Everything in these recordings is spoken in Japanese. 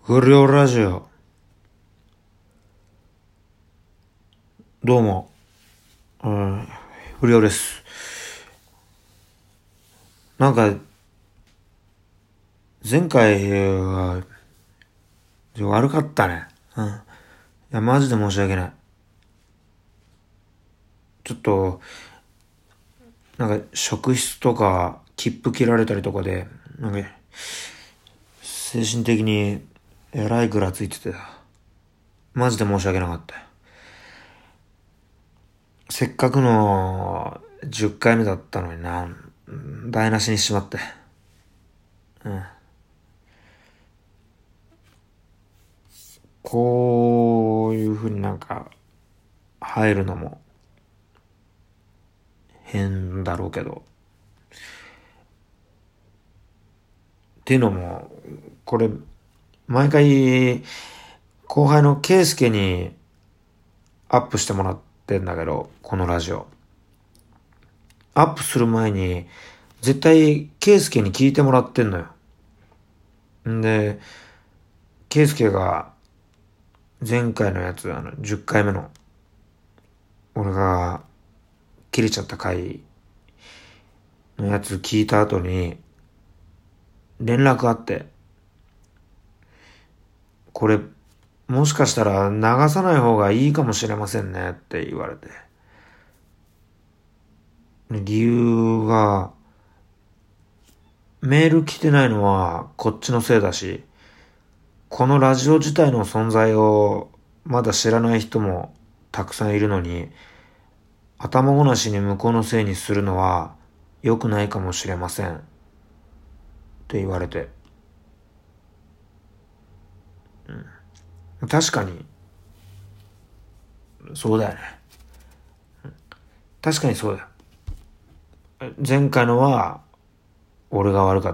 不良ラジオ。どうも、不良です。なんか、前回は、悪かったね。いや、マジで申し訳ない。ちょっと、職質とか、切符切られたりとかで、精神的に、えらいぐらついてて、マジで申し訳なかったよ。せっかくの、10回目だったのにな、台無しにしちまって。こういう風に入るのも変だろうけど。っていうのも、これ、毎回、後輩のケイスケにアップしてもらってんだけど、このラジオ。アップする前に、絶対、ケイスケに聞いてもらってんのよ。んで、ケイスケが、前回のやつ、10回目の、俺が、切れちゃった回のやつ聞いた後に、連絡あって、これ、もしかしたら流さない方がいいかもしれませんねって言われて。理由が、メール来てないのはこっちのせいだし、このラジオ自体の存在をまだ知らない人もたくさんいるのに、頭ごなしに向こうのせいにするのは良くないかもしれませんって言われて。確かに、そうだよね。確かにそうだよ。前回のは俺が悪かった。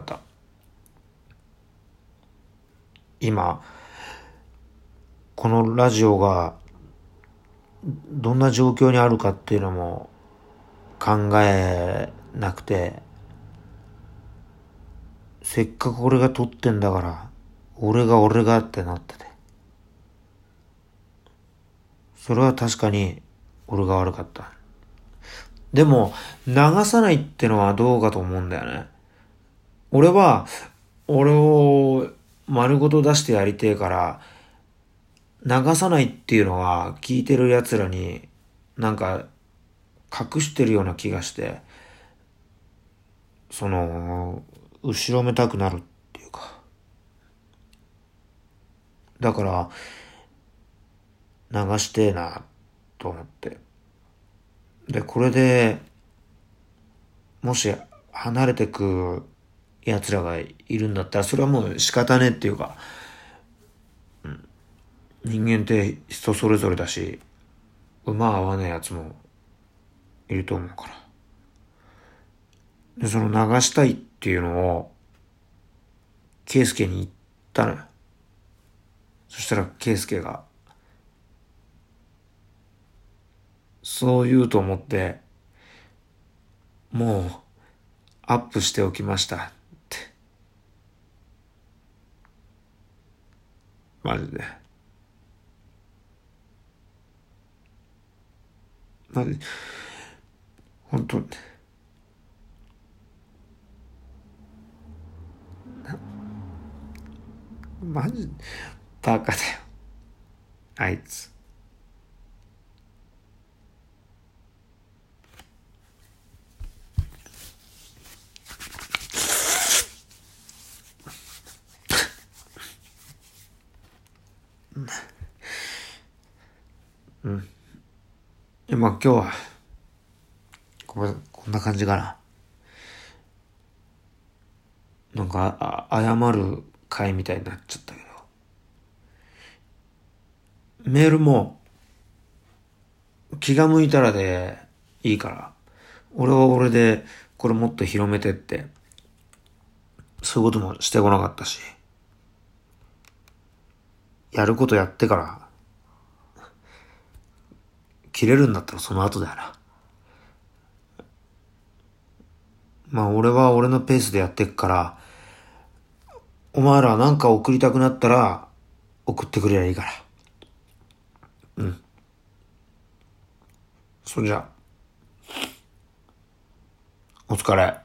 今、このラジオがどんな状況にあるかっていうのも考えなくて、せっかく俺が撮ってんだから、俺がってなってて。それは確かに俺が悪かった。でも、流さないってのはどうかと思うんだよね。俺は、俺を丸ごと出してやりてえから、流さないっていうのは聞いてる奴らに隠してるような気がして、後ろめたくなるっていうか。だから、流してえな、と思って。で、これで、もし離れてく奴らがいるんだったら、それはもう仕方ねえっていうか、人間って人それぞれだし、馬合わない奴もいると思うから。で、その流したいっていうのを、ケイスケに言ったのよ。そしたらケイスケが、そう言うと思って、もう、アップしておきましたって。マジで。マジ、本当マジ、バカだよ。あいつ。今日は、こんな感じかな。謝る会みたいになっちゃったけど。メールも、気が向いたらでいいから、俺は俺で、これもっと広めてって、そういうこともしてこなかったし、やることやってから、切れるんだったらその後だよな。まあ俺は俺のペースでやってっから、お前ら送りたくなったら、 送ってくれりゃいいから。うん。それじゃあ、お疲れ。